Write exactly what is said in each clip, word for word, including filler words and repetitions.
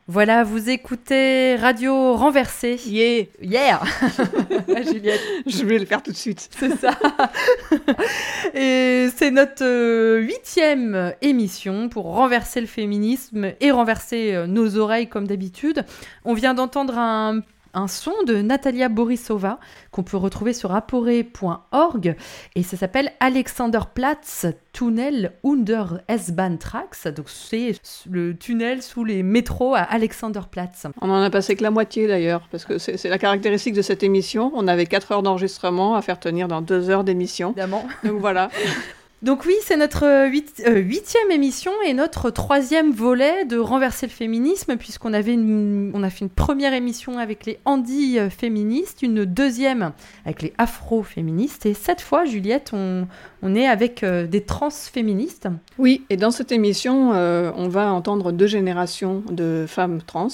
Voilà, vous écoutez Radio Renversée. Yeah, yeah. Juliette, je voulais le faire tout de suite. C'est ça. Et c'est notre euh, huitième émission pour renverser le féminisme et renverser euh, nos oreilles comme d'habitude. On vient d'entendre un un son de Natalia Borisova qu'on peut retrouver sur apore point org et ça s'appelle Alexanderplatz Tunnel unter S-Bahn-Tracks, donc c'est le tunnel sous les métros à Alexanderplatz. On en a passé que la moitié d'ailleurs, parce que c'est, c'est la caractéristique de cette émission. On avait quatre heures d'enregistrement à faire tenir dans deux heures d'émission. Évidemment. Donc voilà. Donc oui, c'est notre huit, euh, huitième émission et notre troisième volet de Renverser le féminisme, puisqu'on avait une, on a fait une première émission avec les Andy féministes, une deuxième avec les afro-féministes, et cette fois, Juliette, on, on est avec euh, des trans-féministes. Oui, et dans cette émission, euh, on va entendre deux générations de femmes trans.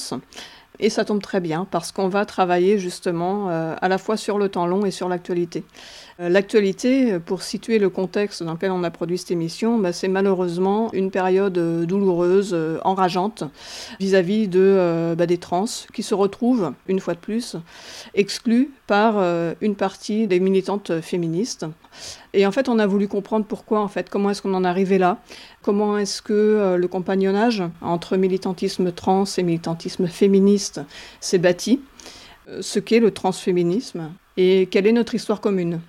Et ça tombe très bien, parce qu'on va travailler justement euh, à la fois sur le temps long et sur l'actualité. Euh, l'actualité, pour situer le contexte dans lequel on a produit cette émission, bah, c'est malheureusement une période euh, douloureuse, euh, enrageante, vis-à-vis de, euh, bah, des trans, qui se retrouvent, une fois de plus, exclus par euh, une partie des militantes féministes. Et en fait, on a voulu comprendre pourquoi, en fait, comment est-ce qu'on en est arrivé là, comment est-ce que euh, le compagnonnage entre militantisme trans et militantisme féministe s'est bâti, euh, ce qu'est le transféminisme et quelle est notre histoire commune.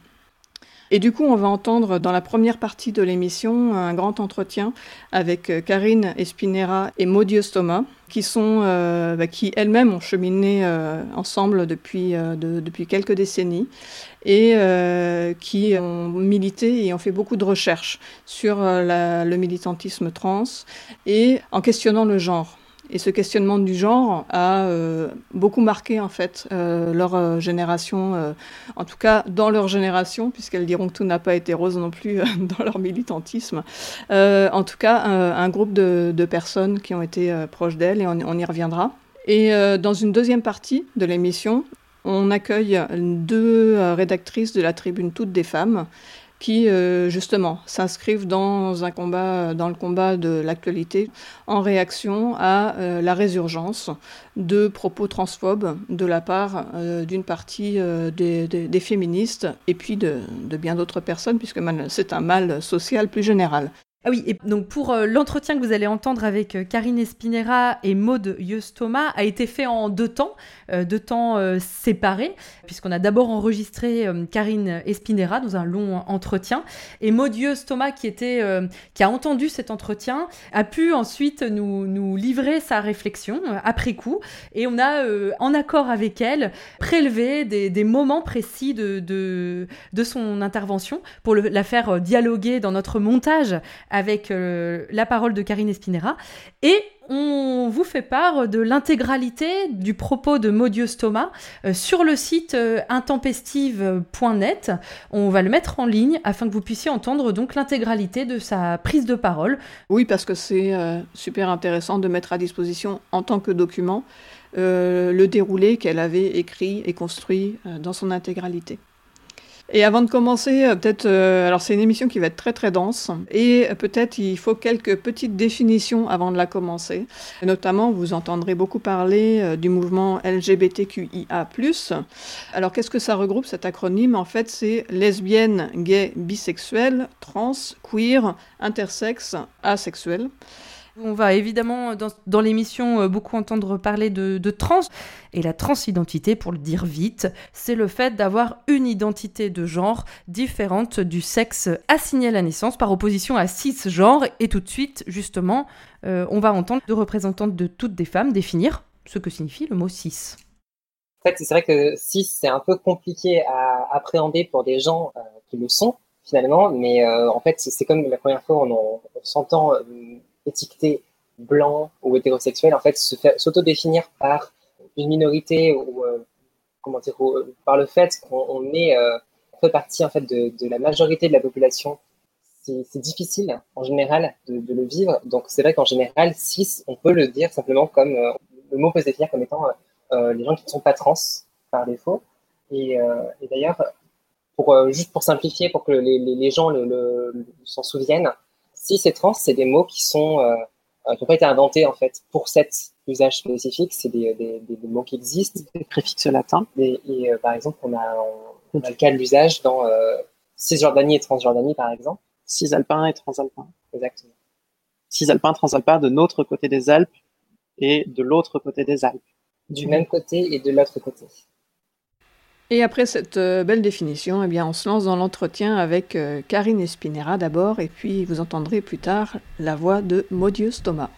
Et du coup, on va entendre dans la première partie de l'émission un grand entretien avec Karine Espinera et Maud Dieustoma, qui sont, euh, bah, qui elles-mêmes ont cheminé euh, ensemble depuis, euh, de, depuis quelques décennies et euh, qui ont milité et ont fait beaucoup de recherches sur euh, la, le militantisme trans et en questionnant le genre. Et ce questionnement du genre a euh, beaucoup marqué en fait euh, leur euh, génération, euh, en tout cas dans leur génération, puisqu'elles diront que tout n'a pas été rose non plus euh, dans leur militantisme. Euh, en tout cas, un, un groupe de, de personnes qui ont été euh, proches d'elles, et on, on y reviendra. Et euh, dans une deuxième partie de l'émission, on accueille deux euh, rédactrices de la tribune Toutes des femmes, qui, euh, justement, s'inscrivent dans un combat, dans le combat de l'actualité, en réaction à euh, la résurgence de propos transphobes de la part euh, d'une partie euh, des, des, des féministes, et puis de, de bien d'autres personnes, puisque c'est un mal social plus général. Ah oui, et donc pour euh, l'entretien que vous allez entendre avec euh, Karine Espinera et Maud Dieustoma a été fait en deux temps, euh, deux temps euh, séparés, puisqu'on a d'abord enregistré euh, Karine Espinera dans un long entretien, et Maud Dieustoma, qui, était, euh, qui a entendu cet entretien, a pu ensuite nous, nous livrer sa réflexion euh, après coup, et on a, euh, en accord avec elle, prélevé des, des moments précis de, de, de son intervention pour le, la faire dialoguer dans notre montage avec euh, la parole de Karine Espinera, et on vous fait part de l'intégralité du propos de Maud Dieustoma euh, sur le site euh, intempestive point net. On va le mettre en ligne afin que vous puissiez entendre donc l'intégralité de sa prise de parole. Oui, parce que c'est euh, super intéressant de mettre à disposition en tant que document euh, le déroulé qu'elle avait écrit et construit euh, dans son intégralité. Et avant de commencer, peut-être, euh, alors c'est une émission qui va être très très dense, et peut-être il faut quelques petites définitions avant de la commencer. Notamment, vous entendrez beaucoup parler euh, du mouvement L G B T Q I A plus. Alors qu'est-ce que ça regroupe, cet acronyme ? En fait, c'est lesbienne, gay, bisexuel, trans, queer, intersexe, asexuel. On va évidemment dans, dans l'émission euh, beaucoup entendre parler de, de trans. Et la transidentité, pour le dire vite, c'est le fait d'avoir une identité de genre différente du sexe assigné à la naissance par opposition à cisgenre. Et tout de suite, justement, euh, on va entendre deux représentantes de toutes des femmes définir ce que signifie le mot cis. En fait, c'est vrai que cis, c'est un peu compliqué à appréhender pour des gens euh, qui le sont, finalement. Mais euh, en fait, c'est, c'est comme la première fois on, on, on s'entend... Euh, étiqueté blanc ou hétérosexuel, en fait, se fait, s'autodéfinir par une minorité ou euh, comment dire, ou, euh, par le fait qu'on on est euh, on fait partie en fait de, de la majorité de la population. C'est, c'est difficile en général de, de le vivre. Donc c'est vrai qu'en général, cis, on peut le dire simplement comme euh, le mot peut se définir comme étant euh, les gens qui ne sont pas trans par défaut. Et, euh, et d'ailleurs, pour euh, juste pour simplifier, pour que les, les, les gens le, le, le, s'en souviennent. Cis et trans, c'est des mots qui sont euh, euh, qui n'ont pas été inventés en fait pour cet usage spécifique. C'est des, des, des, des mots qui existent. Des préfixes latins. Et, et euh, par exemple, on a, on, on a le cas de l'usage dans euh, Cisjordanie et Transjordanie, par exemple. Cisalpin et transalpin. Exactement. Cisalpin, transalpin de notre côté des Alpes et de l'autre côté des Alpes. Du même côté et de l'autre côté. Et après cette euh, belle définition, eh bien, on se lance dans l'entretien avec euh, Karine Espinera d'abord, et puis vous entendrez plus tard la voix de Maudius Thomas.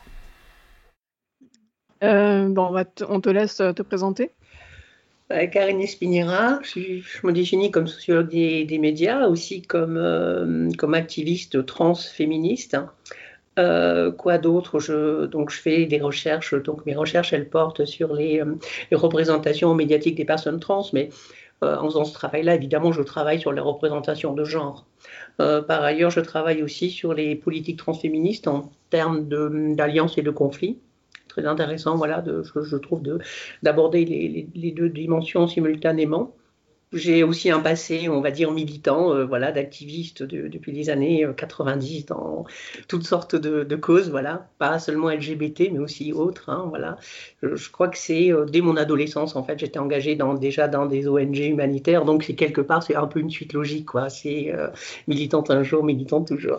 Euh, bon, on, va te, on te laisse te présenter. Euh, Karine Espinera, je, je me définis comme sociologue des, des médias, aussi comme, euh, comme activiste transféministe. Euh, quoi d'autre? je, donc je fais des recherches, donc mes recherches elles portent sur les, euh, les représentations médiatiques des personnes trans, mais euh, en faisant ce travail-là, évidemment, je travaille sur les représentations de genre. Euh, par ailleurs, je travaille aussi sur les politiques transféministes en termes d'alliance et de conflit. Très intéressant, voilà, de, je, je trouve, de, d'aborder les, les, les deux dimensions simultanément. J'ai aussi un passé, on va dire, militant, euh, voilà, d'activiste de, depuis les années quatre-vingt-dix dans toutes sortes de, de causes, voilà, pas seulement L G B T, mais aussi autres, hein, voilà. Je, je crois que c'est euh, dès mon adolescence, en fait, j'étais engagée dans, déjà dans des O N G humanitaires, donc c'est quelque part, c'est un peu une suite logique, quoi. C'est euh, militante un jour, militante toujours.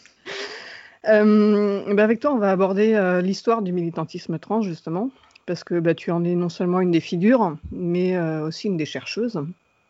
euh, ben avec toi, on va aborder euh, l'histoire du militantisme trans, justement, parce que bah, tu en es non seulement une des figures, mais euh, aussi une des chercheuses.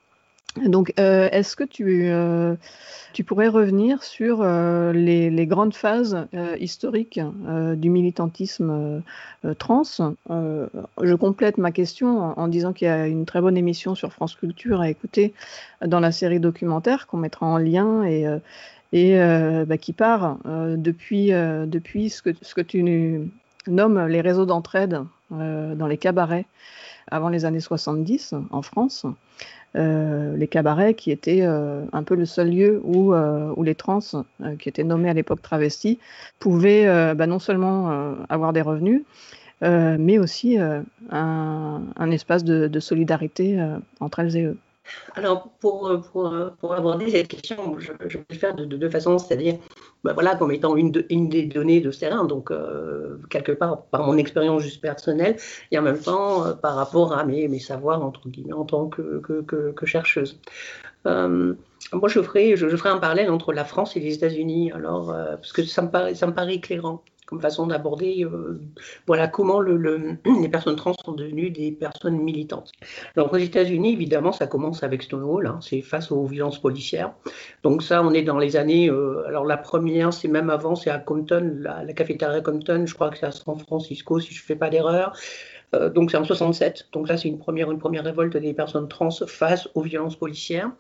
Donc, euh, est-ce que tu, euh, tu pourrais revenir sur euh, les, les grandes phases euh, historiques euh, du militantisme euh, trans? euh, Je complète ma question en, en disant qu'il y a une très bonne émission sur France Culture à écouter dans la série documentaire qu'on mettra en lien et, euh, et euh, bah, qui part euh, depuis, euh, depuis ce que, ce que tu nommes les réseaux d'entraide euh, dans les cabarets avant les années soixante-dix en France. Euh, les cabarets qui étaient euh, un peu le seul lieu où, euh, où les trans, euh, qui étaient nommés à l'époque travestis, pouvaient euh, bah, non seulement euh, avoir des revenus, euh, mais aussi euh, un, un espace de, de solidarité euh, entre elles et eux. Alors, pour, pour, pour aborder cette question, je, je vais le faire de, de deux façons, c'est-à-dire ben voilà, comme étant une, de, une des données de ce terrain, donc euh, quelque part par mon expérience juste personnelle, et en même temps euh, par rapport à mes, mes savoirs, entre guillemets, en tant que, que, que, que chercheuse. Euh, moi, je ferai, je, je ferai un parallèle entre la France et les États-Unis, alors, euh, parce que ça me paraît, ça me paraît éclairant comme façon d'aborder euh, voilà, comment le, le, les personnes trans sont devenues des personnes militantes. Alors aux États-Unis, évidemment, ça commence avec Stonewall, hein, c'est face aux violences policières. Donc ça, on est dans les années, euh, alors la première, c'est même avant, c'est à Compton, la, la cafétéria Compton, je crois que c'est à San Francisco, si je ne fais pas d'erreur. Euh, donc c'est en soixante-sept, donc là c'est une première, une première révolte des personnes trans face aux violences policières.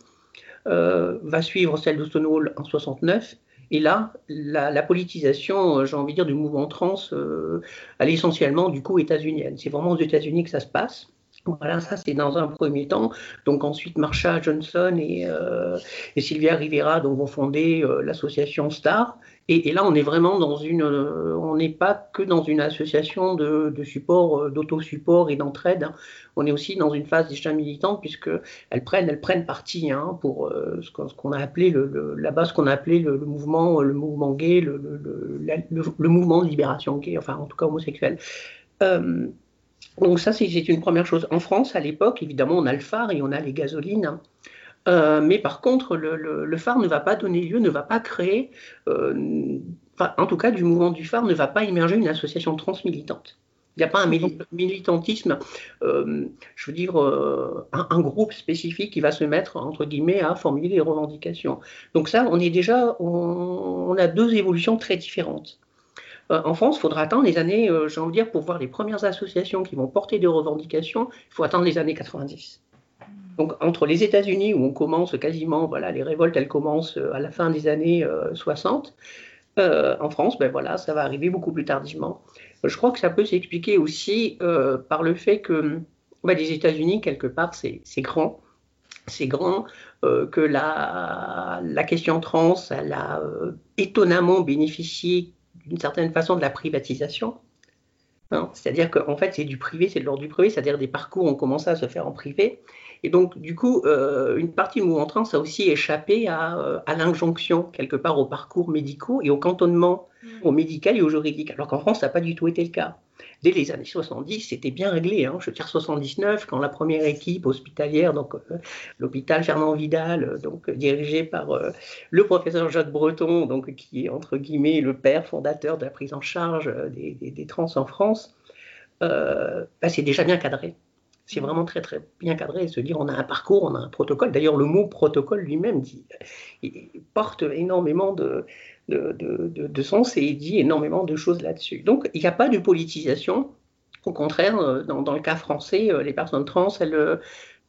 Euh, va suivre celle de Stonewall en soixante-neuf. Et là, la, la politisation, j'ai envie de dire, du mouvement trans, euh, elle est essentiellement du coup états-unienne. C'est vraiment aux États-Unis que ça se passe. Voilà, ça c'est dans un premier temps. Donc ensuite, Marsha Johnson et, euh, et Sylvia Rivera donc, vont fonder euh, l'association STAR. Et, et là, on est vraiment dans une, euh, on n'est pas que dans une association de, de support, euh, d'autosupport et d'entraide. Hein. On est aussi dans une phase déjà militante puisque elles prennent, elles prennent parti hein, pour euh, ce qu'on a appelé le, le, là-bas ce qu'on a appelé le, le mouvement, le mouvement gay, le, le, le, le, le mouvement de libération gay, enfin en tout cas homosexuel. Euh, Donc ça, c'est une première chose. En France, à l'époque, évidemment, on a le phare et on a les gasolines. Euh, mais par contre, le, le, le phare ne va pas donner lieu, ne va pas créer, euh, enfin, en tout cas, du mouvement du phare ne va pas émerger une association transmilitante. Il n'y a pas un militantisme, euh, je veux dire, euh, un, un groupe spécifique qui va se mettre, entre guillemets, à formuler des revendications. Donc ça, on est déjà, on, on a deux évolutions très différentes. Euh, en France, il faudra attendre les années, euh, j'ai envie de dire, pour voir les premières associations qui vont porter des revendications, il faut attendre les années quatre-vingt-dix. Donc, entre les États-Unis, où on commence quasiment, voilà, les révoltes, elles commencent à la fin des années euh, soixante, euh, en France, ben voilà, ça va arriver beaucoup plus tardivement. Je crois que ça peut s'expliquer aussi euh, par le fait que ben, les États-Unis, quelque part, c'est grand. C'est grand euh, que la, la question trans, elle a euh, étonnamment bénéficié d'une certaine façon de la privatisation. Hein, c'est-à-dire qu'en fait, c'est du privé, c'est de l'ordre du privé, c'est-à-dire des parcours ont commencé à se faire en privé. Et donc, du coup, euh, une partie du mouvement trans a aussi échappé à, euh, à l'injonction, quelque part, aux parcours médicaux et au cantonnement au médical et au juridique, alors qu'en France, ça n'a pas du tout été le cas. Dès les années soixante-dix, c'était bien réglé. Hein. Je veux dire, soixante-dix-neuf, quand la première équipe hospitalière, donc euh, l'hôpital Fernand Vidal, euh, donc dirigé par euh, le professeur Jacques Breton, donc qui est entre guillemets le père fondateur de la prise en charge des, des, des trans en France, euh, bah, c'est déjà bien cadré. C'est vraiment très très bien cadré. Se dire, on a un parcours, on a un protocole. D'ailleurs, le mot protocole lui-même dit, il porte énormément de De, de, de sens et il dit énormément de choses là-dessus. Donc, il n'y a pas de politisation. Au contraire, dans, dans le cas français, les personnes trans, elles,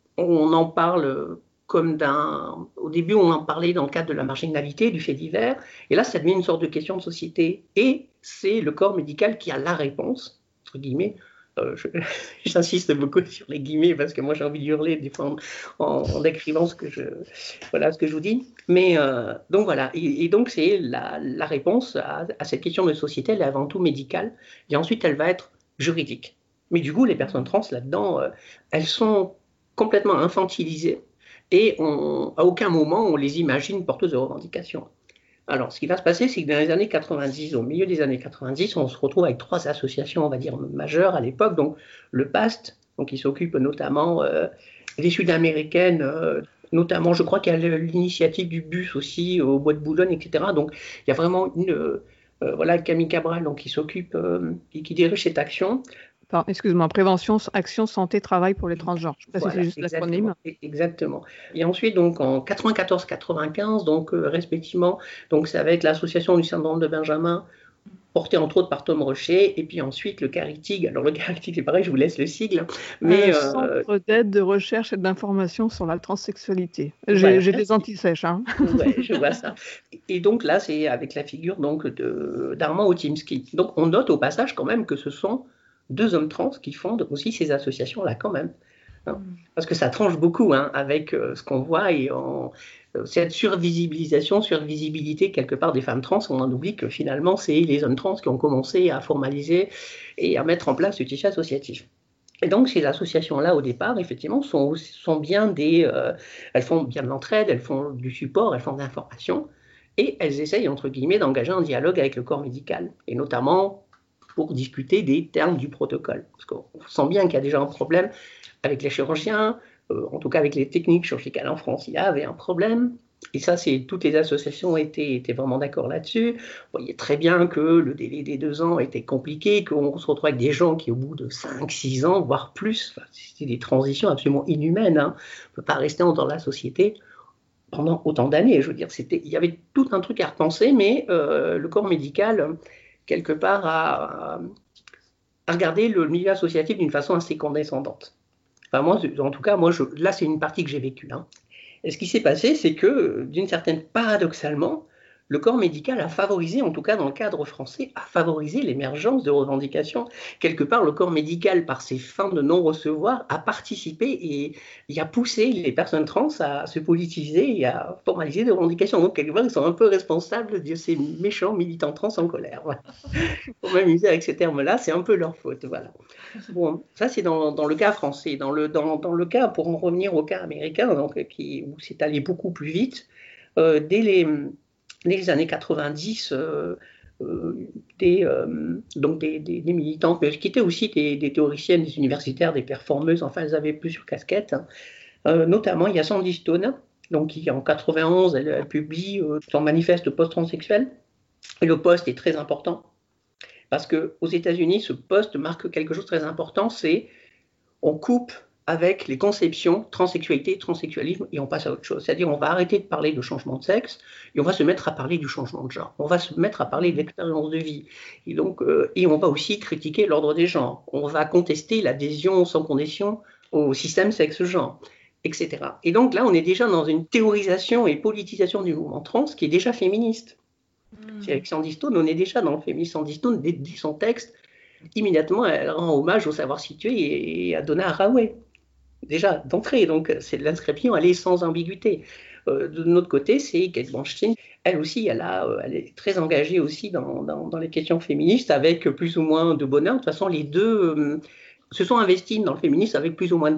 on en parle comme d'un... Au début, on en parlait dans le cadre de la marginalité, du fait divers, et là, ça devient une sorte de question de société. Et c'est le corps médical qui a la réponse, entre guillemets. Euh, je, j'insiste beaucoup sur les guillemets parce que moi j'ai envie de hurler des fois en, en, en décrivant ce que je, voilà, ce que je vous dis. Mais euh, donc voilà, et, et donc c'est la, la réponse à, à cette question de société, elle est avant tout médicale, et ensuite elle va être juridique. Mais du coup, les personnes trans là-dedans, euh, elles sont complètement infantilisées et on, à aucun moment on les imagine porteuses de revendications. Alors, ce qui va se passer, c'est que dans les années quatre-vingt-dix, au milieu des années quatre-vingt-dix, on se retrouve avec trois associations, on va dire, majeures à l'époque. Donc, le P A S T, donc, qui s'occupe notamment euh, des Sud-Américaines, euh, notamment, je crois qu'il y a l'initiative du bus aussi au Bois de Boulogne, et cetera. Donc, il y a vraiment une... Euh, euh, voilà, Camille Cabral, donc, qui s'occupe, euh, qui, qui dirige cette action. Pardon, excuse-moi, prévention, action, santé, travail pour les transgenres. Je ne sais pas voilà, si c'est juste l'acronyme. Exactement. Et ensuite, donc, en quatre-vingt-quatorze quatre-vingt-quinze, donc, euh, respectivement, donc, ça va être l'association du syndrome de Benjamin, portée entre autres par Tom Rocher, et puis ensuite le CARITIG. Alors, le CARITIG, c'est pareil, je vous laisse le sigle. Mais, euh, euh, Centre d'aide, de recherche et d'information sur la transsexualité. J'ai, voilà. j'ai des antisèches. Hein. Ouais, je vois ça. Et donc, là, c'est avec la figure donc, de, d'Armand Otimski. Donc, on note au passage quand même que ce sont deux hommes trans qui fondent aussi ces associations-là quand même. Hein, parce que ça tranche beaucoup hein, avec euh, ce qu'on voit et en, euh, cette survisibilisation, survisibilité quelque part des femmes trans, on en oublie que finalement c'est les hommes trans qui ont commencé à formaliser et à mettre en place ce tissu associatif. Et donc ces associations-là au départ, effectivement, sont, sont bien des, euh, elles font bien de l'entraide, elles font du support, elles font de l'information et elles essayent entre guillemets d'engager un dialogue avec le corps médical et notamment pour discuter des termes du protocole. Parce qu'on sent bien qu'il y a déjà un problème avec les chirurgiens, euh, en tout cas avec les techniques chirurgicales en France, il y avait un problème. Et ça, c'est, toutes les associations étaient, étaient vraiment d'accord là-dessus. Vous voyez très bien que le délai des deux ans était compliqué, qu'on se retrouve avec des gens qui, au bout de cinq six ans, voire plus, enfin, c'était des transitions absolument inhumaines. Hein. On ne peut pas rester dans la société pendant autant d'années. Je veux dire, c'était, il y avait tout un truc à repenser, mais euh, le corps médical... quelque part à, à regarder le milieu associatif d'une façon assez condescendante. Enfin, moi, en tout cas, moi, je, là, c'est une partie que j'ai vécue. Hein. Et ce qui s'est passé, c'est que, d'une certaine, paradoxalement, le corps médical a favorisé, en tout cas dans le cadre français, a favorisé l'émergence de revendications. Quelque part, le corps médical, par ses fins de non-recevoir, a participé et, et a poussé les personnes trans à se politiser et à formaliser des revendications. Donc, quelque part, ils sont un peu responsables de ces méchants militants trans en colère. Voilà. Pour m'amuser avec ces termes-là, c'est un peu leur faute. Voilà. Bon, ça, c'est dans, dans le cas français. Dans le, dans, dans le cas, pour en revenir au cas américain, donc, qui, où c'est allé beaucoup plus vite, euh, dès les... les années quatre-vingt-dix, euh, euh, des, euh, donc des, des, des militantes, mais qui étaient aussi des, des théoriciennes, des universitaires, des performeuses, enfin elles avaient plusieurs casquettes. Hein. Euh, notamment, il y a Sandy Stone, donc, qui en quatre-vingt-onze, elle, elle publie euh, son manifeste post-transsexuel. Et le post est très important, parce qu'aux États-Unis, ce post marque quelque chose de très important, c'est on coupe avec les conceptions transsexualité, transsexualisme, et on passe à autre chose. C'est-à-dire on va arrêter de parler de changement de sexe, et on va se mettre à parler du changement de genre. On va se mettre à parler de l'expérience de vie. Et, donc, euh, et on va aussi critiquer l'ordre des genres. On va contester l'adhésion sans condition au système sexe-genre, et cetera. Et donc là, on est déjà dans une théorisation et politisation du mouvement trans qui est déjà féministe. Mmh. C'est avec Sandy Stone, on est déjà dans le féminisme. Sandy Stone, dès, dès son texte, immédiatement, elle rend hommage au savoir situé et à Donna Haraway. Déjà d'entrée, donc c'est l'inscription, elle est sans ambiguïté. Euh, de notre côté, c'est Kate Blanchett, elle aussi, elle, a, elle est très engagée aussi dans, dans, dans les questions féministes, avec plus ou moins de bonheur. De toute façon, les deux euh, se sont investis dans le féminisme avec plus ou moins de bonheur.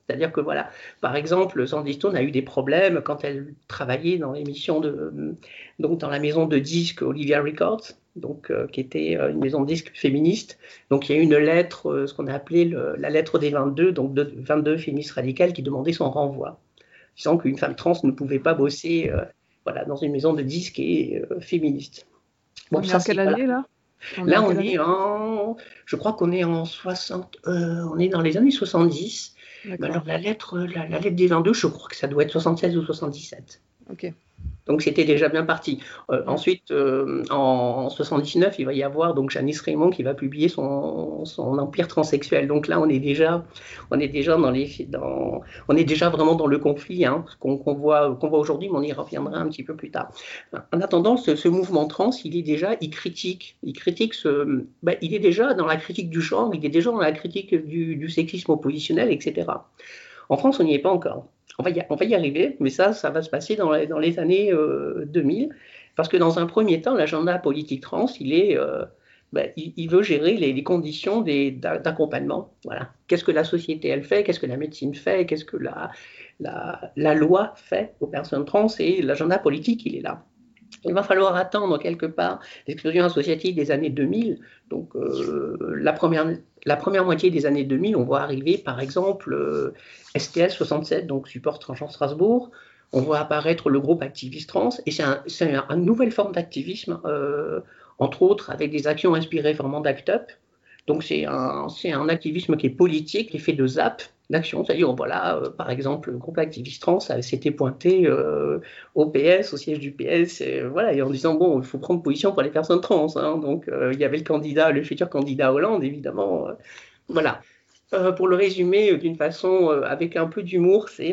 C'est-à-dire que voilà, par exemple, Sandy Stone a eu des problèmes quand elle travaillait dans l'émission de, donc dans la maison de disques Olivia Records, donc euh, qui était une maison de disques féministe. Donc il y a eu une lettre, euh, ce qu'on a appelé le, la lettre des vingt-deux, donc de vingt-deux féministes radicales qui demandaient son renvoi, disant qu'une femme trans ne pouvait pas bosser, euh, voilà, dans une maison de disques et euh, féministe. Bon, on est en quelle année là? On là, on est en, je crois qu'on est en soixante, euh, on est dans les années soixante-dix. Alors la lettre, la, la lettre des vingt-deux, je crois que ça doit être soixante-seize ou soixante-dix-sept. Ok. Donc c'était déjà bien parti. Euh, mmh. Ensuite, euh, en soixante-dix-neuf, il va y avoir donc Janice Raymond qui va publier son, son Empire transsexuel. Donc là, on est déjà, on est déjà dans les, dans, on est déjà vraiment dans le conflit, hein, qu'on, qu'on voit, qu'on voit aujourd'hui, mais on y reviendra un petit peu plus tard. En attendant, ce, ce mouvement trans, il est déjà, il critique, il critique ce, ben, il est déjà dans la critique du genre, il est déjà dans la critique du, du sexisme oppositionnel, et cetera. En France, on n'y est pas encore. On va, y, on va y arriver, mais ça, ça va se passer dans les, dans les années euh, deux mille, parce que dans un premier temps, l'agenda politique trans, il, est, euh, ben, il, il veut gérer les, les conditions des, d'accompagnement. Voilà. Qu'est-ce que la société, elle fait? Qu'est-ce que la médecine fait? Qu'est-ce que la, la, la loi fait aux personnes trans? Et l'agenda politique, il est là. Il va falloir attendre quelque part l'explosion associative des années deux mille. Donc, euh, la, première, la première moitié des années deux mille, on voit arriver, par exemple, euh, S T S soixante-sept, donc Support Transgenre Strasbourg. On voit apparaître le groupe Activiste Trans. Et c'est, un, c'est un, une nouvelle forme d'activisme, euh, entre autres, avec des actions inspirées vraiment d'Act Up. Donc, c'est un, c'est un activisme qui est politique, qui est fait de Z A P, d'action. C'est-à-dire, voilà, euh, par exemple, le groupe Activiste Trans s'était pointé euh, au P S, au siège du P S, et, voilà, et en disant, bon, il faut prendre position pour les personnes trans. Hein. Donc, euh, il y avait le candidat, le futur candidat Hollande, évidemment. Euh, voilà. Euh, pour le résumer d'une façon euh, avec un peu d'humour, c'est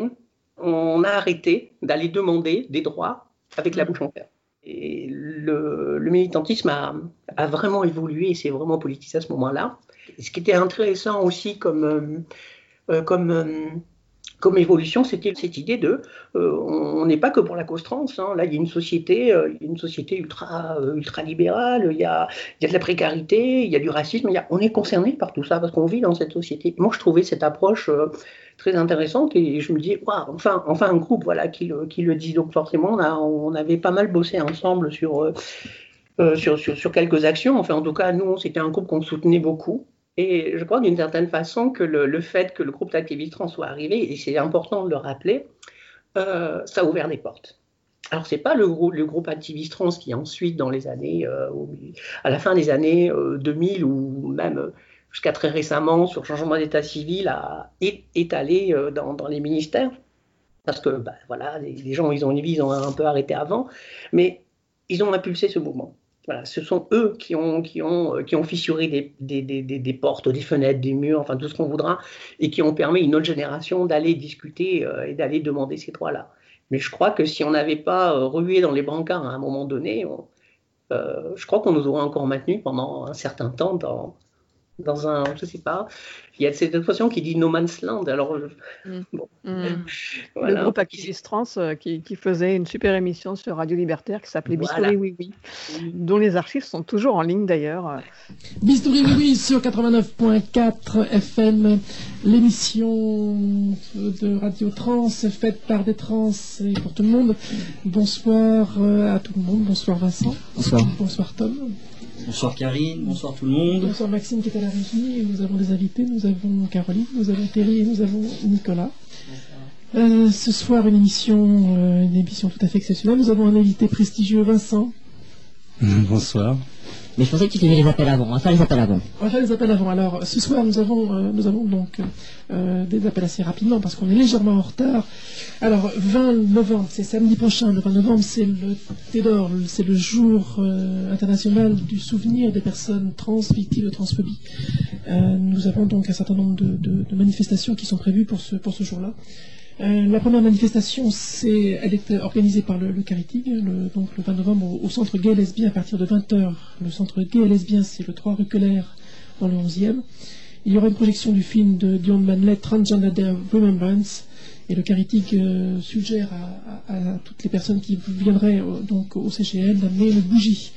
on a arrêté d'aller demander des droits avec la bouche en fer. Et le, le militantisme a, a vraiment évolué et s'est vraiment politisé à ce moment-là. Et ce qui était intéressant aussi comme, euh, comme, euh, comme évolution, c'était cette idée de euh, on n'est pas que pour la cause trans. Hein. Là, il y a une société, euh, une société ultra, euh, ultra libérale, il y, a, il y a de la précarité, il y a du racisme. Il y a, on est concerné par tout ça parce qu'on vit dans cette société. Moi, je trouvais cette approche euh, très intéressante et je me dis, waouh, enfin, enfin un groupe voilà, qui, le, qui le dit. Donc forcément, on, a, on avait pas mal bossé ensemble sur, euh, euh, sur, sur, sur quelques actions. Enfin, en tout cas, nous, c'était un groupe qu'on soutenait beaucoup. Et je crois d'une certaine façon que le, le fait que le groupe d'Activiste Trans soit arrivé, et c'est important de le rappeler, euh, ça a ouvert des portes. Alors, ce n'est pas le, le groupe Activiste Trans qui ensuite, dans les années, euh, à la fin des années euh, deux mille ou même jusqu'à très récemment, sur changement d'état civil, a, est, est allé euh, dans, dans les ministères. Parce que, bah, voilà, les, les gens, ils ont une vie, ils ont un peu arrêté avant, mais ils ont impulsé ce mouvement. Voilà, ce sont eux qui ont, qui ont, qui ont fissuré des, des, des, des portes, des fenêtres, des murs, enfin tout ce qu'on voudra, et qui ont permis à une autre génération d'aller discuter euh, et d'aller demander ces droits-là. Mais je crois que si on n'avait pas euh, rué dans les brancards à un moment donné, on, euh, je crois qu'on nous aurait encore maintenus pendant un certain temps dans, dans un, je ne sais pas, il y a cette expression qui dit no man's land. Alors, mmh. Bon, mmh. Voilà. Le groupe Activiste Trans euh, qui, qui faisait une super émission sur Radio Libertaire qui s'appelait voilà. Bistouri Oui Oui, mmh. dont les archives sont toujours en ligne d'ailleurs. Bistouri Oui Oui sur quatre-vingt-neuf point quatre F M, l'émission de Radio Trans faite par des trans et pour tout le monde. Bonsoir euh, à tout le monde, bonsoir Vincent. Bonsoir. Bonsoir Tom. Bonsoir Karine, bonsoir tout le monde. Bonsoir Maxime qui est à la régie, et nous avons des invités, nous avons Caroline, nous avons Thierry et nous avons Nicolas. Euh, ce soir une émission, euh, une émission tout à fait exceptionnelle, nous avons un invité prestigieux, Vincent. Bonsoir. Mais je pensais que tu faisais les appels avant, on va faire les appels avant. On va faire les appels avant. Alors ce soir nous avons, euh, nous avons donc euh, des appels assez rapidement parce qu'on est légèrement en retard. Alors vingt novembre, c'est samedi prochain, le vingt novembre, c'est le T E D O R, c'est le jour euh, international du souvenir des personnes trans victimes de transphobie. Euh, nous avons donc un certain nombre de, de, de manifestations qui sont prévues pour ce, pour ce jour-là. Euh, la première manifestation, c'est, elle est organisée par le, le Caritig, le, donc le vingt novembre au, au centre gay et lesbien à partir de vingt heures. Le centre gay et lesbien, c'est le trois rue Keller dans le onzième. Il y aura une projection du film de Dion Manley, Transgender Day of Remembrance, et le Caritig euh, suggère à, à, à toutes les personnes qui viendraient euh, donc au C G L d'amener une bougie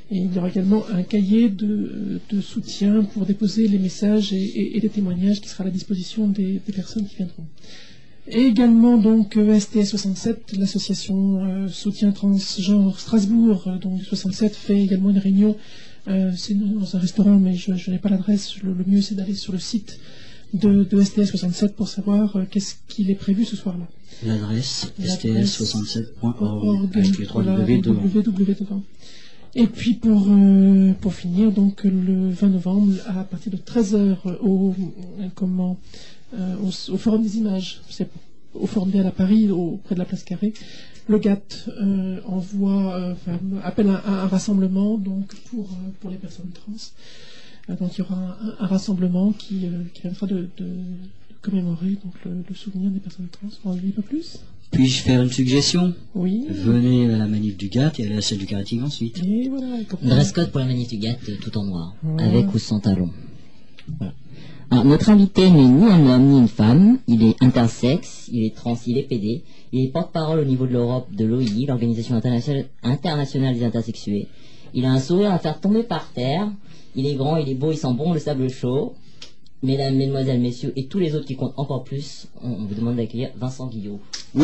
Et il y aura également un cahier de, de soutien pour déposer les messages et, et, et les témoignages qui sera à la disposition des, des personnes qui viendront. Et également donc S T S soixante-sept, l'association euh, soutien transgenre Strasbourg, euh, donc soixante-sept, fait également une réunion. Euh, c'est dans un restaurant, mais je, je n'ai pas l'adresse. Le, le mieux c'est d'aller sur le site de, de S T S soixante-sept pour savoir euh, qu'est-ce qu'il est prévu ce soir-là. L'adresse S T S soixante-sept point org avec les trois voilà, W devant. W W devant. Et puis pour, euh, pour finir, donc le vingt novembre, à partir de treize heures, au, comment, euh, au, au Forum des Images, c'est au Forum Vial à Paris, au, près de la place Carrée, le G A T euh, envoie, euh, enfin, appelle un, un rassemblement donc, pour, euh, pour les personnes trans. Euh, donc il y aura un, un rassemblement qui, euh, qui viendra de, de, de commémorer donc, le, le souvenir des personnes trans. On en dit pas plus. Puis-je faire une suggestion? Oui. Venez à la manif du G A T et allez à celle du Carating ensuite. Et voilà. Dress code pour la manif du G A T, tout en noir, Mmh. avec ou sans talons. Voilà. Alors, notre invité n'est ni un homme ni une femme, il est intersexe, il est trans, il est pédé, il est porte-parole au niveau de l'Europe de l'O I, l'Organisation internationale, internationale des intersexués. Il a un sourire à faire tomber par terre, il est grand, il est beau, il sent bon le sable chaud. Mesdames, mesdemoiselles, messieurs, et tous les autres qui comptent encore plus, on, on vous demande d'accueillir Vincent Guillot. Ouais.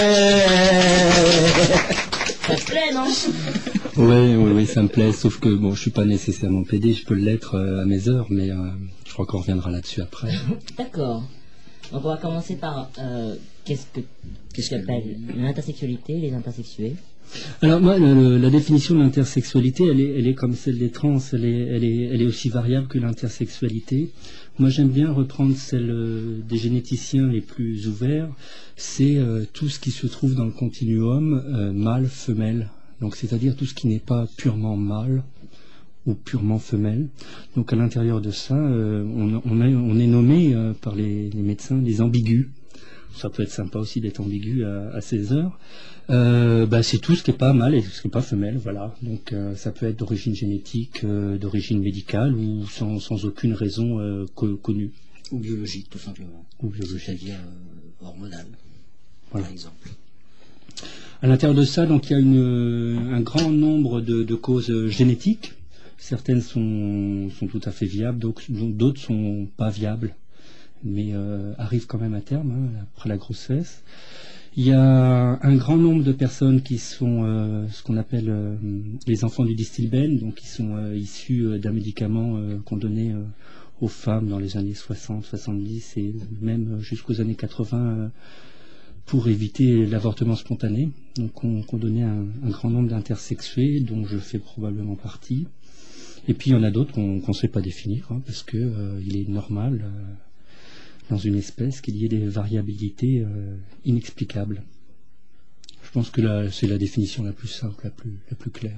Ça te plaît, non? Oui, oui, oui, ça me plaît, sauf que bon, je suis pas nécessairement pédé, je peux l'être euh, à mes heures, mais euh, je crois qu'on reviendra là-dessus après. D'accord. Donc on va commencer par euh, qu'est-ce que qu'est-ce qu'on appelle l'intersexualité, les intersexués. Alors moi, le, la définition de l'intersexualité, elle est, elle est comme celle des trans, elle est, elle est, elle est aussi variable que l'intersexualité. Moi, j'aime bien reprendre celle euh, des généticiens les plus ouverts. C'est euh, tout ce qui se trouve dans le continuum euh, mâle-femelle. Donc, c'est-à-dire tout ce qui n'est pas purement mâle ou purement femelle. Donc, à l'intérieur de ça, euh, on, on, a, on est nommé euh, par les, les médecins les ambigus. Ça peut être sympa aussi d'être ambigu à, à ces heures. Euh, bah, c'est tout ce qui n'est pas mâle et tout ce qui n'est pas femelle, voilà. Donc euh, ça peut être d'origine génétique, euh, d'origine médicale ou sans, sans aucune raison euh, co- connue. Ou biologique, tout simplement. Ou biologique. C'est-à-dire euh, hormonale, voilà. Par exemple. À l'intérieur de ça, donc il y a une, un grand nombre de, de causes génétiques. Certaines sont, sont tout à fait viables, donc d'autres sont pas viables, mais euh, arrivent quand même à terme, hein, après la grossesse. Il y a un grand nombre de personnes qui sont euh, ce qu'on appelle euh, les enfants du Distilbène, donc qui sont euh, issus euh, d'un médicament euh, qu'on donnait euh, aux femmes dans les années soixante, soixante-dix et même jusqu'aux années quatre-vingts euh, pour éviter l'avortement spontané. Donc on, on donnait un, un grand nombre d'intersexués, dont je fais probablement partie. Et puis il y en a d'autres qu'on ne sait pas définir, hein, parce que euh, il est normal euh, dans une espèce qu'il y ait des variabilités euh, inexplicables. Je pense que là, c'est la définition la plus simple, la plus, la plus claire.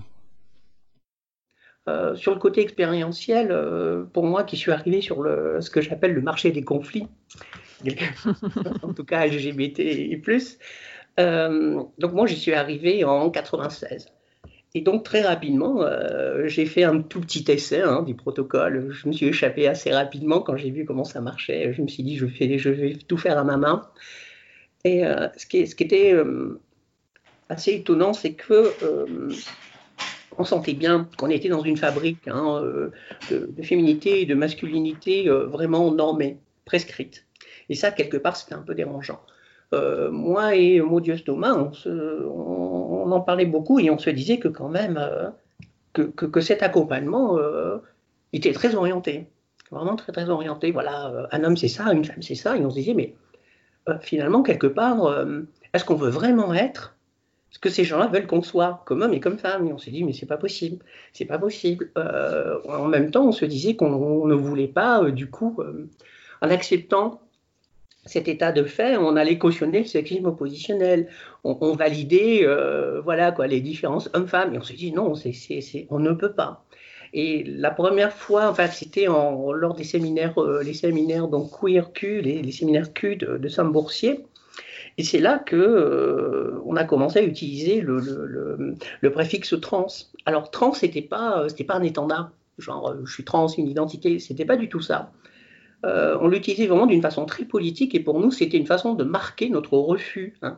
Euh, sur le côté expérientiel, euh, pour moi qui suis arrivé sur le, ce que j'appelle le marché des conflits, en tout cas L G B T et plus, euh, donc moi j'y suis arrivé en quatre-vingt-seize. Et donc très rapidement, euh, j'ai fait un tout petit essai hein, du protocole. Je me suis échappé assez rapidement quand j'ai vu comment ça marchait. Je me suis dit, je, fais, je vais tout faire à ma main. Et euh, ce, qui est, ce qui était euh, assez étonnant, c'est que euh, on sentait bien qu'on était dans une fabrique hein, euh, de, de féminité et de masculinité euh, vraiment normée, prescrite. Et ça, quelque part, c'était un peu dérangeant. Euh, moi et Maud Thomas, on, se, on, on en parlait beaucoup et on se disait que quand même euh, que, que, que cet accompagnement euh, était très orienté, vraiment très très orienté. Voilà, euh, un homme c'est ça, une femme c'est ça, et on se disait mais euh, finalement quelque part, euh, est-ce qu'on veut vraiment être ce que ces gens-là veulent qu'on soit, comme homme et comme femme? Et on s'est dit mais c'est pas possible, c'est pas possible. Euh, en même temps, on se disait qu'on ne voulait pas euh, du coup, euh, en acceptant cet état de fait, on allait cautionner le sexisme oppositionnel, on, on validait euh, voilà, quoi, les différences hommes-femmes, et on s'est dit non, c'est, c'est, c'est, on ne peut pas. Et la première fois, enfin, c'était en, lors des séminaires, euh, les séminaires donc queer Q, les, les séminaires Q de, de Sam Boursier, et c'est là que euh, on a commencé à utiliser le, le, le, le préfixe trans. Alors trans, c'était pas, c'était pas un étendard, genre je suis trans, une identité, c'était pas du tout ça. Euh, on l'utilisait vraiment d'une façon très politique et pour nous, c'était une façon de marquer notre refus hein,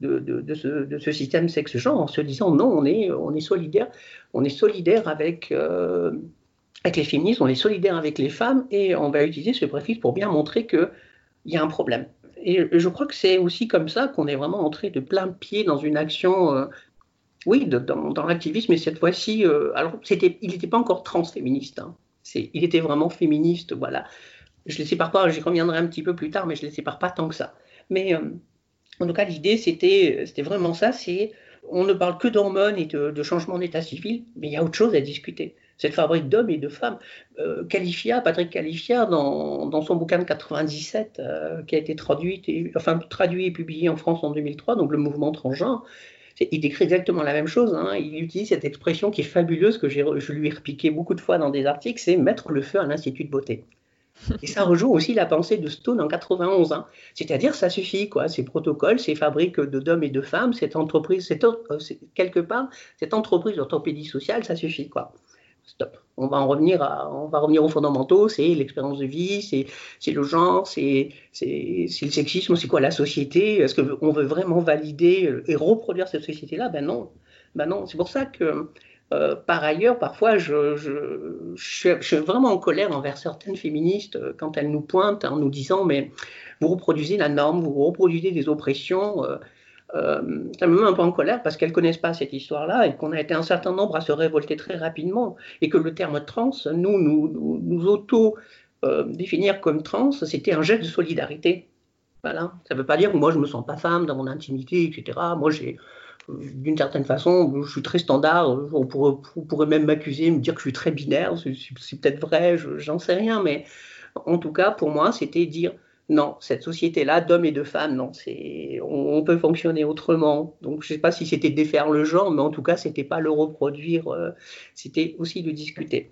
de, de, de, ce, de ce système sexe-genre en se disant non, on est, on est solidaire, on est solidaire avec, euh, avec les féministes, on est solidaire avec les femmes et on va utiliser ce préfixe pour bien montrer qu'il y a un problème. Et je crois que c'est aussi comme ça qu'on est vraiment entré de plein pied dans une action, euh, oui, de, dans, dans l'activisme, mais cette fois-ci, euh, alors c'était, il n'était pas encore transféministe, hein. C'est, il était vraiment féministe, voilà. Je ne les sépare pas, j'y reviendrai un petit peu plus tard, mais je ne les sépare pas tant que ça. Mais euh, en tout cas, l'idée, c'était, c'était vraiment ça, c'est, on ne parle que d'hormones et de, de changement d'état civil, mais il y a autre chose à discuter. Cette fabrique d'hommes et de femmes. Euh, Califia, Patrick Califia, dans, dans son bouquin de quatre-vingt-dix-sept, euh, qui a été traduit et, enfin, traduit et publié en France en deux mille trois, donc le mouvement transgenre, il décrit exactement la même chose, hein. Il utilise cette expression qui est fabuleuse, que j'ai, je lui ai repiqué beaucoup de fois dans des articles, c'est mettre le feu à l'Institut de beauté. Et ça rejoint aussi la pensée de Stone en quatre-vingt-onze, hein. C'est-à-dire ça suffit, quoi. Ces protocoles, ces fabriques d'hommes et de femmes, cette entreprise, cette, euh, quelque part, cette entreprise d'orthopédie sociale, ça suffit, quoi. Stop. On va en revenir à, on va revenir aux fondamentaux, c'est l'expérience de vie, c'est, c'est le genre, c'est, c'est, c'est le sexisme, c'est quoi la société? Est-ce qu'on veut vraiment valider et reproduire cette société-là? Ben non. Ben non. C'est pour ça que, euh, par ailleurs, parfois, je, je, je, suis, je suis vraiment en colère envers certaines féministes quand elles nous pointent en nous disant, mais vous reproduisez la norme, vous reproduisez des oppressions. Euh, Euh, ça me met un peu en colère parce qu'elles ne connaissent pas cette histoire-là et qu'on a été un certain nombre à se révolter très rapidement et que le terme trans, nous, nous, nous, nous auto-définir euh, comme trans, c'était un geste de solidarité. Voilà. Ça ne veut pas dire que moi je ne me sens pas femme dans mon intimité, et cetera. Moi, j'ai, d'une certaine façon, je suis très standard. On pourrait, on pourrait même m'accuser, me dire que je suis très binaire. C'est, c'est peut-être vrai, je, j'en sais rien, mais en tout cas, pour moi, c'était dire non, cette société-là, d'hommes et de femmes, non, c'est, on, on peut fonctionner autrement. Donc, je ne sais pas si c'était défaire le genre, mais en tout cas, ce n'était pas le reproduire, euh, c'était aussi de discuter.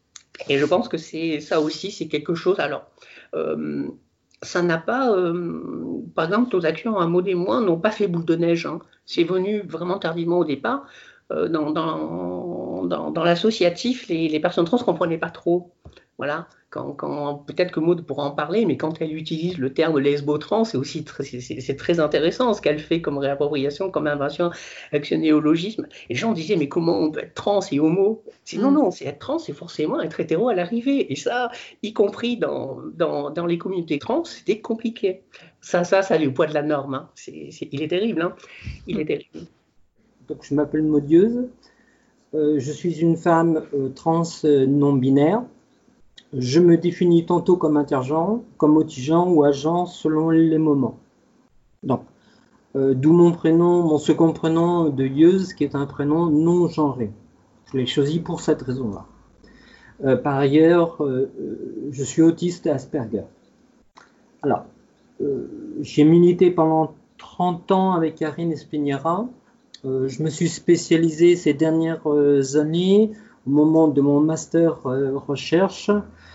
Et je pense que c'est, ça aussi, c'est quelque chose. Alors, euh, ça n'a pas, euh, par exemple, nos actions à Maud et moi n'ont pas fait boule de neige, hein. C'est venu vraiment tardivement au départ. Euh, dans, dans, dans, dans l'associatif, les, les personnes trans ne comprenaient pas trop. Voilà. Quand, quand, peut-être que Maud pourra en parler, mais quand elle utilise le terme lesbo-trans, c'est aussi très, c'est, c'est très intéressant ce qu'elle fait comme réappropriation, comme invention avec ce néologisme. Et les gens disaient, mais comment on peut être trans et homo? C'est, non, non, c'est être trans, c'est forcément être hétéro à l'arrivée. Et ça, y compris dans, dans, dans les communautés trans, c'était compliqué. Ça, ça, ça a le poids de la norme, hein. C'est, c'est, il est terrible, hein. Il est terrible. Donc, je m'appelle Maudieuse. Euh, je suis une femme euh, trans euh, non-binaire. Je me définis tantôt comme intergenre, comme autisgenre ou agent selon les moments. Donc, euh, d'où mon prénom, mon second prénom de Yeuse, qui est un prénom non genré. Je l'ai choisi pour cette raison-là. Euh, par ailleurs, euh, je suis autiste et Asperger. Alors, euh, j'ai milité pendant trente ans avec Karine Espiniera. Euh, je me suis spécialisé ces dernières euh, années, au moment de mon master euh, recherche,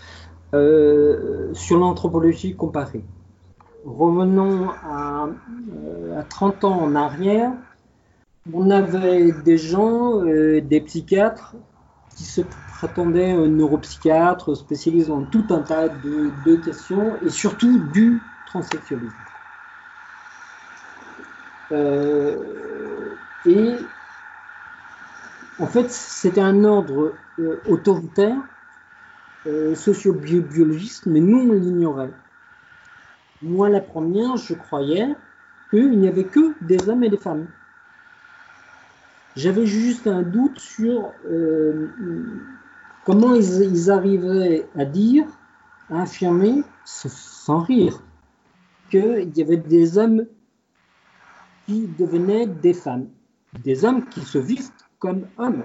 euh, sur l'anthropologie comparée. Revenons à, euh, à trente ans en arrière. On avait des gens, euh, des psychiatres, qui se prétendaient euh, neuropsychiatres, spécialisés dans tout un tas de, de questions, et surtout du transsexualisme. Euh, et en fait, c'était un ordre euh, autoritaire, euh, socio-biologiste, mais nous, on l'ignorait. Moi, la première, je croyais qu'il n'y avait que des hommes et des femmes. J'avais juste un doute sur euh, comment ils, ils arrivaient à dire, à affirmer, sans rire, qu'il y avait des hommes qui devenaient des femmes. Des hommes qui se vivent comme hommes.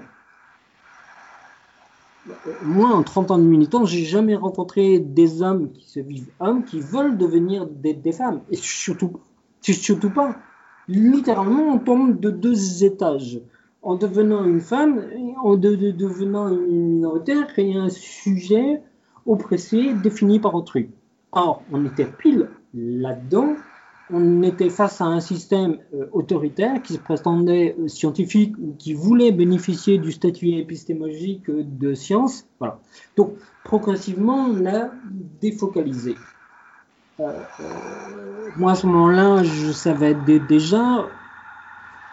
Moi, en trente ans de militance, j'ai jamais rencontré des hommes qui se vivent hommes, qui veulent devenir des, des femmes. Et surtout, surtout pas. Littéralement, on tombe de deux étages. En devenant une femme, en de, de, devenant une minoritaire, et un sujet oppressé, défini par autrui. Or, on était pile là-dedans. On était face à un système euh, autoritaire qui se prétendait euh, scientifique ou qui voulait bénéficier du statut épistémologique euh, de science. Voilà. Donc, progressivement, on a défocalisé. Euh, euh, moi, à ce moment-là, je savais d- déjà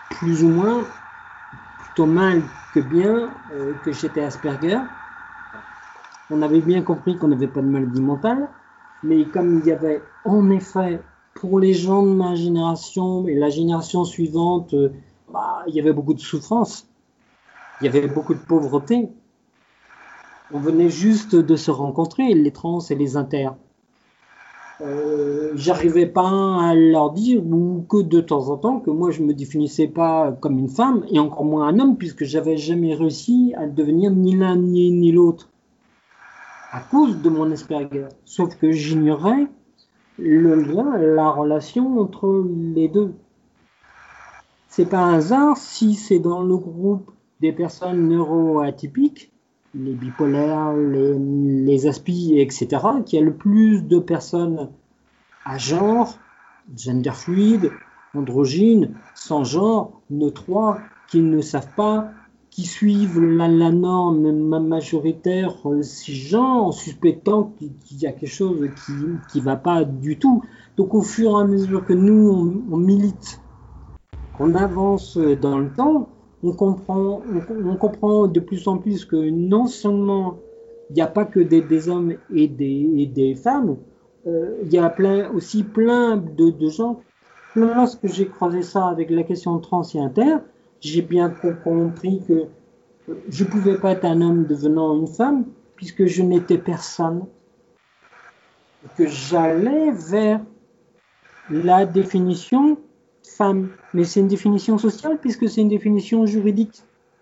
plus ou moins, plutôt mal que bien, euh, que j'étais Asperger. On avait bien compris qu'on n'avait pas de maladie mentale, mais comme il y avait en effet, pour les gens de ma génération et la génération suivante, euh, bah, il y avait beaucoup de souffrance, il y avait beaucoup de pauvreté. On venait juste de se rencontrer, les trans et les inters. Euh, j'arrivais pas à leur dire, ou que de temps en temps, que moi je me définissais pas comme une femme, et encore moins un homme, puisque j'avais jamais réussi à devenir ni l'un ni, ni l'autre, à cause de mon Asperger. Sauf que j'ignorais le lien, la relation entre les deux. C'est pas un hasard si c'est dans le groupe des personnes neuroatypiques, les bipolaires, les, les aspis, et cetera, qu'il y a le plus de personnes à genre, gender fluide, androgyne, sans genre, neutre, qui ne savent pas, qui suivent la, la norme majoritaire cisgenre en suspectant qu'il y a quelque chose qui ne va pas du tout. Donc au fur et à mesure que nous, on, on milite, qu'on avance dans le temps, on comprend, on, on comprend de plus en plus que non seulement il n'y a pas que des, des hommes et des, et des femmes, euh, il y a plein, aussi plein de, de gens. Lorsque j'ai croisé ça avec la question de trans et inter, j'ai bien compris que je ne pouvais pas être un homme devenant une femme, puisque je n'étais personne. Que j'allais vers la définition femme. Mais c'est une définition sociale, puisque c'est une définition juridique.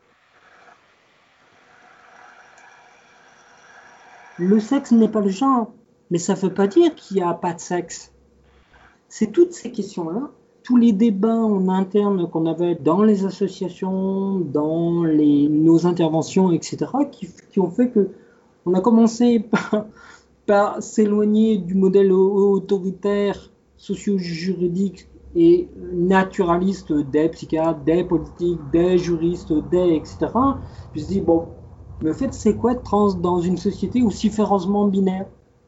Le sexe n'est pas le genre, mais ça ne veut pas dire qu'il n'y a pas de sexe. C'est toutes ces questions-là, tous les débats en interne qu'on avait dans les associations, dans les, nos interventions, et cetera, qui, qui ont fait que on a commencé par, par s'éloigner du modèle autoritaire, socio-juridique et naturaliste des psychiatres, des politiques, des juristes, des et cetera. Puis je dis, bon, mais en fait, c'est quoi être trans dans une société aussi férocement binaire?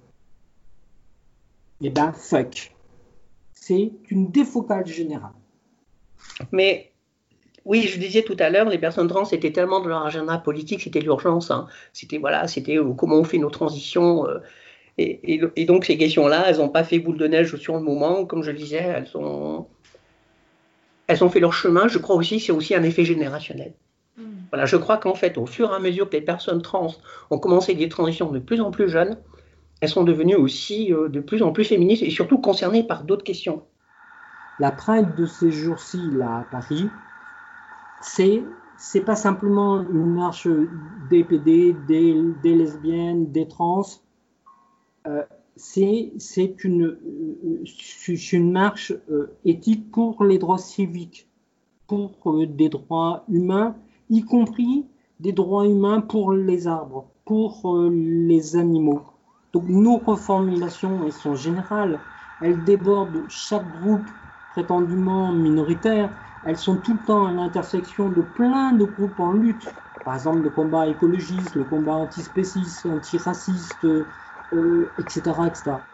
Eh ben, fuck. C'est une défocale générale. Mais oui, je disais tout à l'heure, les personnes trans étaient tellement dans leur agenda politique, c'était l'urgence. Hein. C'était voilà, c'était euh, comment on fait nos transitions. Euh, et, et, et donc ces questions-là, elles n'ont pas fait boule de neige sur le moment, comme je le disais, elles ont, elles ont fait leur chemin. Je crois aussi que c'est aussi un effet générationnel. Mmh. Voilà, je crois qu'en fait, au fur et à mesure que les personnes trans ont commencé des transitions de plus en plus jeunes, elles sont devenues aussi euh, de plus en plus féministes et surtout concernées par d'autres questions. La Pride de ces jours-ci, là, à Paris, c'est, c'est pas simplement une marche des P D, des, des lesbiennes, des trans. Euh, c'est, c'est une, euh, une marche euh, éthique pour les droits civiques, pour euh, des droits humains, y compris des droits humains pour les arbres, pour euh, les animaux. Donc nos reformulations, elles sont générales, elles débordent chaque groupe prétendument minoritaire, elles sont tout le temps à l'intersection de plein de groupes en lutte. Par exemple, le combat écologiste, le combat antispéciste, antiraciste, euh, et cetera, et cetera.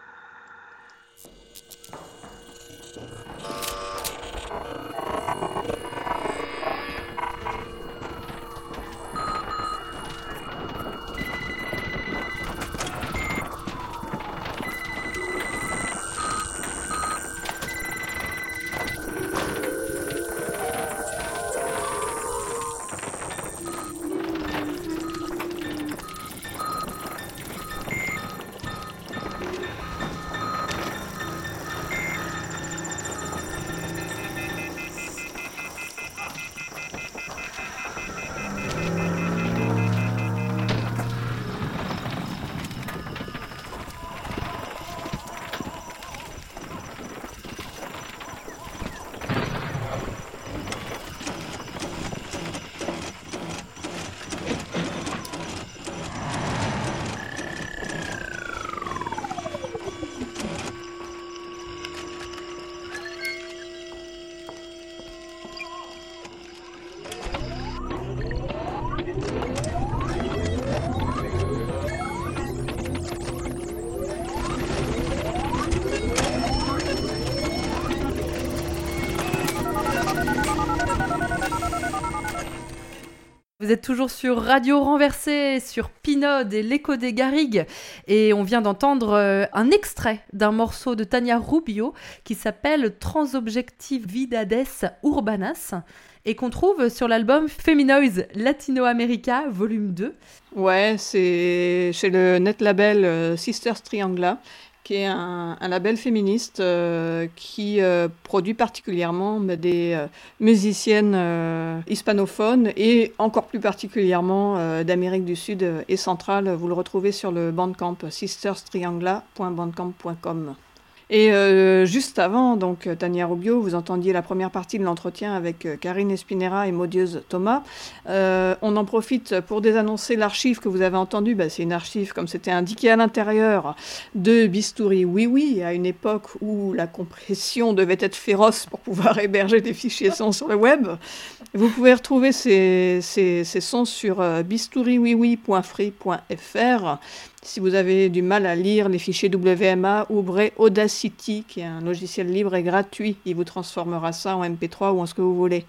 vous êtes toujours sur Radio Renversée, sur Pinode et l'écho des Garrigues. Et on vient d'entendre euh, un extrait d'un morceau de Tania Rubio qui s'appelle Transobjectividades Urbanas et qu'on trouve sur l'album Feminoise Latino-America volume deux. Ouais, c'est chez le net label euh, Sisters Triangla, qui est un, un label féministe euh, qui euh, produit particulièrement bah, des euh, musiciennes euh, hispanophones et encore plus particulièrement euh, d'Amérique du Sud et centrale. Vous le retrouvez sur le Bandcamp sisters triangla point bandcamp point com. Et euh, juste avant, donc Tania Rubio, vous entendiez la première partie de l'entretien avec euh, Karine Espinera et Maudieuse Thomas. Euh, on en profite pour désannoncer l'archive que vous avez entendue. Bah, c'est une archive, comme c'était indiqué à l'intérieur, de Bistouri Oui Oui, à une époque où la compression devait être féroce pour pouvoir héberger des fichiers sons sur le web. Vous pouvez retrouver ces, ces, ces sons sur euh, bistouri oui oui point free point f r. Si vous avez du mal à lire les fichiers W M A, ouvrez Audacity, qui est un logiciel libre et gratuit. Il vous transformera ça en M P trois ou en ce que vous voulez.